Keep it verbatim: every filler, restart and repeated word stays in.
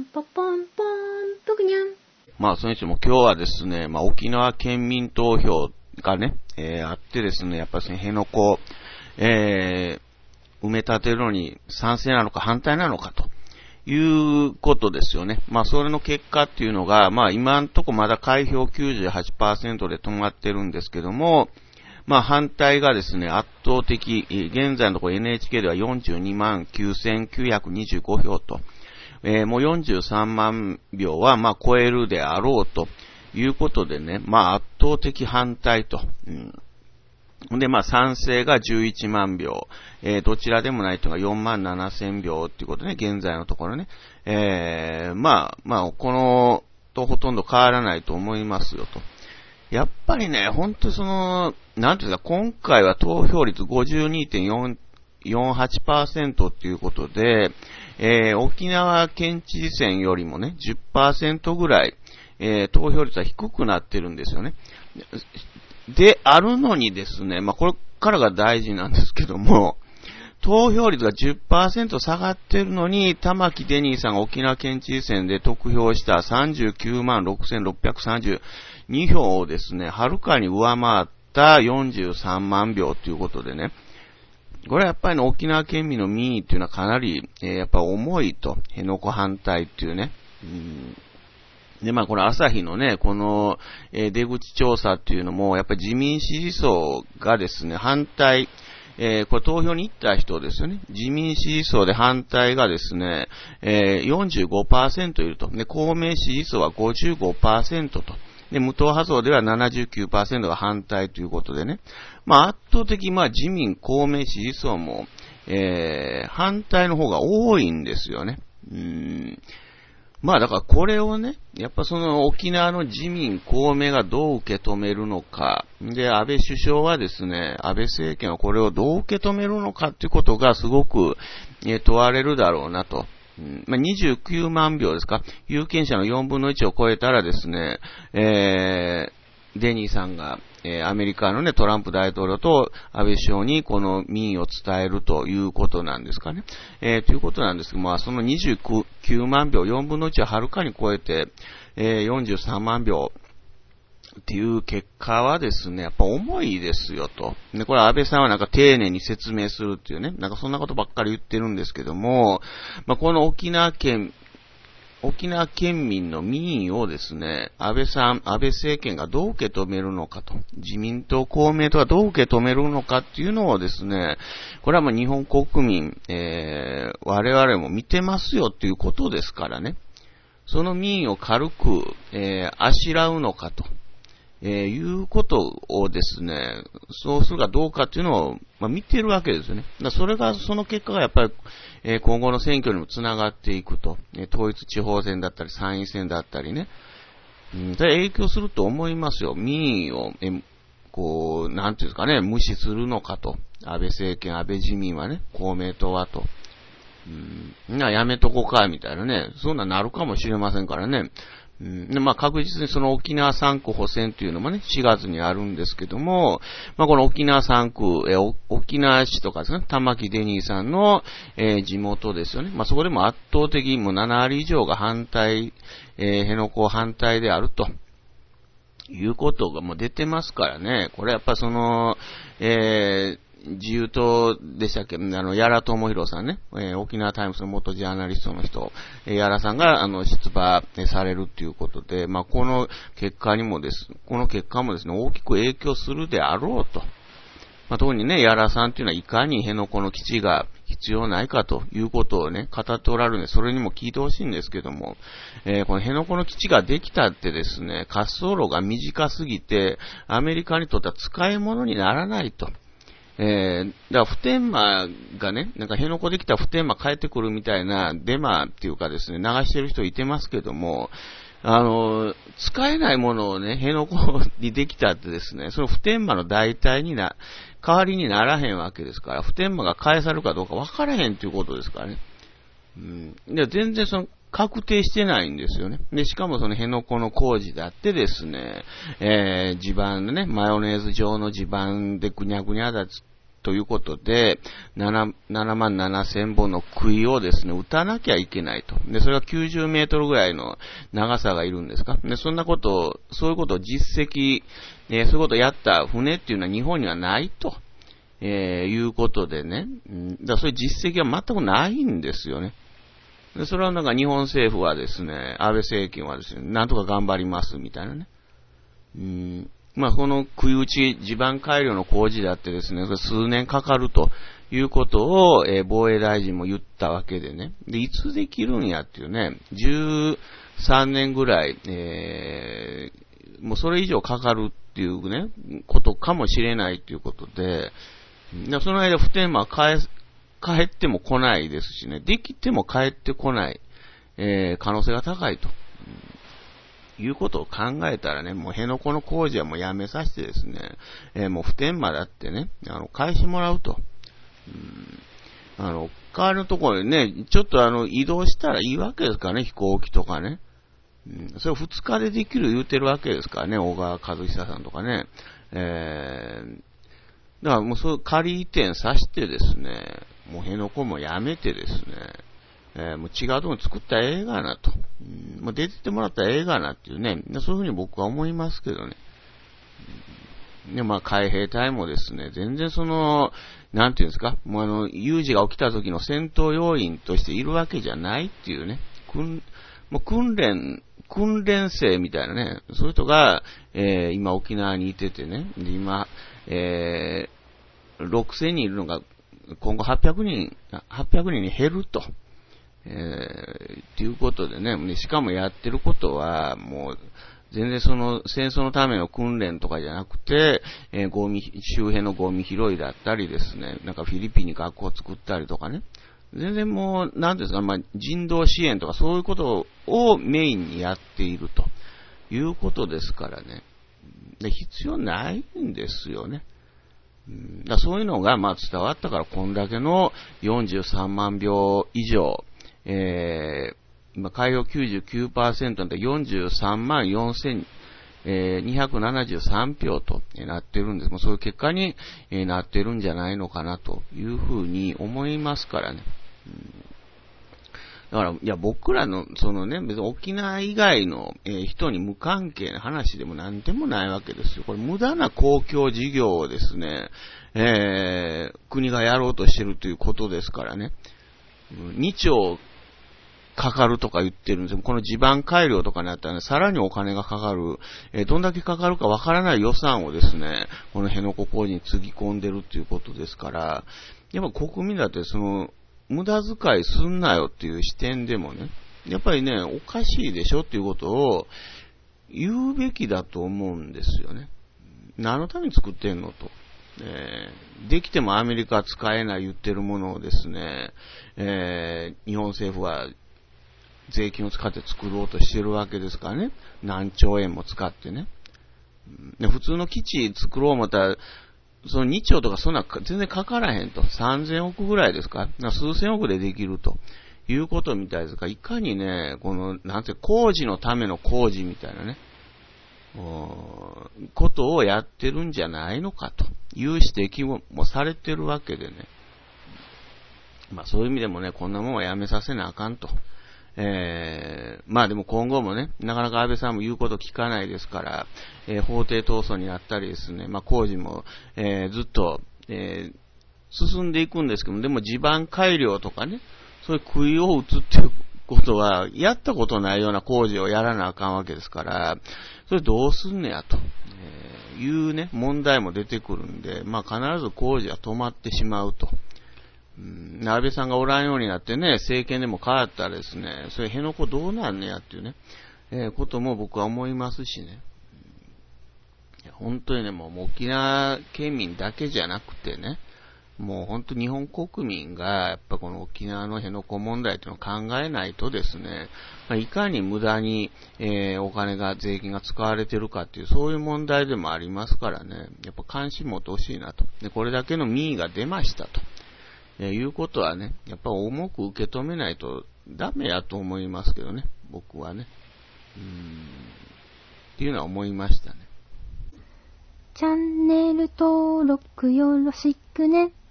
ポポンポン、ぷくにゃん。 まあ、それにしても今日はですね、まあ、沖縄県民投票がね、えー、あってですね、やっぱりね、辺野古、えー、埋め立てるのに賛成なのか反対なのかということですよね。まあ、それの結果っていうのが、まあ、今んとこまだ開票 きゅうじゅうはちパーセント で止まってるんですけども、まあ、反対がですね、圧倒的、現在のところ エヌエイチケー ではよんじゅうにまんきゅうせんきゅうひゃくにじゅうごひょうと、えー、もうよんじゅうさんまんひょうは、まあ、超えるであろうということでね、まあ、圧倒的反対と。うん、で、まあ、賛成がじゅういちまんひょう、えー、どちらでもないというのがよんまんななせんひょうっていうことね、現在のところね。えー、まあ、まあ、この、とほとんど変わらないと思いますよと。やっぱりね、本当その、なんていうか、今回は投票率 ごじゅうにてんよんはちパーセント っていうことで、えー、沖縄県知事選よりもね、じゅっパーセント ぐらい、えー、投票率は低くなってるんですよね。で、あるのにですね、まあ、これからが大事なんですけども、投票率が じゅっパーセント 下がってるのに、玉城デニーさんが沖縄県知事選で得票したさんじゅうきゅうまんろくせんろっぴゃくさんじゅうにひょうをですね、はるかに上回ったよんじゅうさんまんひょうということでね、これはやっぱり、ね、沖縄県民の民意っていうのはかなり、えー、やっぱ重いと、辺野古反対っていうね。うんで、まあこれ朝日のね、この、えー、出口調査っていうのも、やっぱり自民支持層がですね、反対、えー、これ投票に行った人ですよね。自民支持層で反対がですね、えー、よんじゅうごパーセント いると。で、公明支持層は ごじゅうごパーセント と。で、無党派層では ななじゅうきゅうパーセント が反対ということでね。まあ圧倒的、まあ自民、公明支持層も、えー、反対の方が多いんですよね。うーんまあだからこれをね、やっぱその沖縄の自民、公明がどう受け止めるのか、で、安倍首相はですね、安倍政権はこれをどう受け止めるのかっていうことがすごく、え問われるだろうなと。うんまあ、にじゅうきゅうまんひょうですか、有権者のよんぶんのいちを超えたらですね、えー、デニーさんが、えー、アメリカのね、トランプ大統領と安倍首相にこの民意を伝えるということなんですかね。えー、ということなんですけど、まあ、そのにじゅうきゅうまんひょう、よんぶんのいちははるかに超えて、えー、よんじゅうさんまんひょうっていう結果はですね、やっぱ重いですよと。で、これ安倍さんはなんか丁寧に説明するっていうね、なんかそんなことばっかり言ってるんですけども、まあ、この沖縄県、沖縄県民の民意をですね、安倍さん、安倍政権がどう受け止めるのかと、自民党、公明党がどう受け止めるのかっていうのをですね、これはもう日本国民、えー、我々も見てますよっていうことですからね、その民意を軽く、えー、あしらうのかと。えー、いうことをですね、そうするかどうかっていうのを、まあ、見てるわけですよね。だそれが、その結果がやっぱり、えー、今後の選挙にもつながっていくと。えー、統一地方選だったり、参院選だったりね。うん、で影響すると思いますよ。民意を、えー、こう、なんていうんですかね、無視するのかと。安倍政権、安倍自民はね、公明党はと。うん、な、やめとこか、みたいなね。そんななるかもしれませんからね。うん、でまあ、確実にその沖縄さんく補選というのもね、しがつにあるんですけども、まあ、この沖縄さんく、え沖縄市とかですね、玉城デニーさんの、えー、地元ですよね。まあ、そこでも圧倒的にもうななわり以上が反対、えー、辺野古反対であると。いうことがもう出てますからね。これやっぱその、えー、自由党でしたっけ、あの、矢良智弘さんね、えー、沖縄タイムズの元ジャーナリストの人、えー、矢良さんが、あの、出馬されるっていうことで、まあ、この結果にもです、この結果もですね、大きく影響するであろうと。まあ、特にね、矢良さんっていうのは、いかに辺野古の基地が必要ないかということをね、語っておられるんで、それにも聞いてほしいんですけども、えー、この辺野古の基地ができたってですね、滑走路が短すぎて、アメリカにとっては使い物にならないと。えー、だから普天間がね、なんか辺野古できたら普天間帰ってくるみたいなデマっていうかですね、流してる人いてますけども、あの、使えないものをね、辺野古にできたってですね、その普天間の代替にな、代わりにならへんわけですから、普天間が返されるかどうか分からへんということですからね。うん。で、全然その、確定してないんですよね。で、しかもその辺野古の工事だってですね、えー、地盤でね、マヨネーズ状の地盤でぐにゃぐにゃだということで、ななまんななせんぼんの杭をですね、打たなきゃいけないと。で、それがきゅうじゅうメートルぐらいの長さがいるんですか。で、そんなことを、そういうことを実績、えー、そういうことをやった船っていうのは日本にはないと、えー、いうことでね。うん、だからそういう実績は全くないんですよね。で、それはなんか日本政府はですね、安倍政権はですね、なんとか頑張りますみたいなね。うん、まあ、この杭打ち地盤改良の工事だってですね、数年かかるということを、えー、防衛大臣も言ったわけでね。で、いつできるんやっていうね、じゅうさんねんぐらい、えー、もうそれ以上かかるっていうね、ことかもしれないということで、でその間普天間返す、帰っても来ないですしね、できても帰ってこない、えー、可能性が高いと、うん、いうことを考えたらね、もう辺野古の工事はもうやめさせてですね、えー、もう普天間だってね、あの、返してもらうと。うん、あの、代わりのところにね、ちょっとあの、移動したらいいわけですからね、飛行機とかね。うん、それをふつかでできる言うてるわけですからね、小川和久さんとかね。えー、だからもうそういう仮移転させてですね、もう辺野古もやめてですね、えー、もう違うところに作ったらええがなと、うん、もう出てってもらったらええがなっていうね、そういうふうに僕は思いますけどね。で、まあ海兵隊もですね、全然その、なんていうんですか、もうあの、有事が起きた時の戦闘要員としているわけじゃないっていうね、訓もう訓練、訓練生みたいなね、そういう人が、えー、今沖縄にいててね、で今、えー、ろくせんにんいるのが、今後はっぴゃくにん、はっぴゃくにんに減ると。えー、ということでね、しかもやってることは、もう、全然その戦争のための訓練とかじゃなくて、えー、ゴミ、周辺のゴミ拾いだったりですね、なんかフィリピンに学校を作ったりとかね、全然もう、なんですか、まあ、人道支援とかそういうことをメインにやっているということですからね。で必要ないんですよね。うん、だそういうのがまあ伝わったから、こんだけのよんじゅうさんまんひょう以上、えー、今、開票 きゅうじゅうきゅうパーセント でよんじゅうさんまんよんせんにひゃくななじゅうさんひょうとなってるんです。もうそういう結果になってるんじゃないのかなというふうに思いますからね。うん、だから、いや、僕らの、そのね、別に沖縄以外の、えー、人に無関係な話でも何でもないわけですよ。これ無駄な公共事業をですね、えー、国がやろうとしてるということですからね。にちょうかかるとか言ってるんですよ。この地盤改良とかになったらね、さらにお金がかかる、えー、どんだけかかるかわからない予算をですね、この辺野古工事につぎ込んでるっていうことですから、やっぱ国民だってその、無駄遣いすんなよっていう視点でもね、やっぱりね、おかしいでしょっていうことを言うべきだと思うんですよね。何のために作ってんのと。えー、できてもアメリカは使えない言ってるものをですね、えー、日本政府は税金を使って作ろうとしてるわけですからね。何兆円も使ってね。で普通の基地作ろう思ったら、そのにちょうとかそんな全然かからへんと。さんぜんおくぐらいですか、数千億でできるということみたいですが、いかにね、この、なんて、工事のための工事みたいなね、ことをやってるんじゃないのかという指摘もされてるわけでね。まあそういう意味でもね、こんなもんはやめさせなあかんと。えー、まあでも今後もね、なかなか安倍さんも言うこと聞かないですから、えー、法廷闘争になったりですね、まあ工事も、えー、ずっと、えー、進んでいくんですけども、でも地盤改良とかね、そういう杭を打つっていうことは、やったことないような工事をやらなあかんわけですから、それどうすんねやと、えー、いうね、問題も出てくるんで、まあ必ず工事は止まってしまうと。うん、安倍さんがおらんようになってね、政権でも変わったらですね、それ辺野古どうなんねやっていうね、えー、ことも僕は思いますしね。いや本当にね、もう沖縄県民だけじゃなくてね、もう本当日本国民がやっぱこの沖縄の辺野古問題というのを考えないとですね、まあ、いかに無駄に、えー、お金が、税金が使われてるかっていう、そういう問題でもありますからね、やっぱ関心持ってほしいなと。で、これだけの民意が出ましたと。えー、いうことはね、やっぱ重く受け止めないとダメやと思いますけどね、僕はね。うーん、っていうのは思いましたね。 チャンネル登録よろしくね。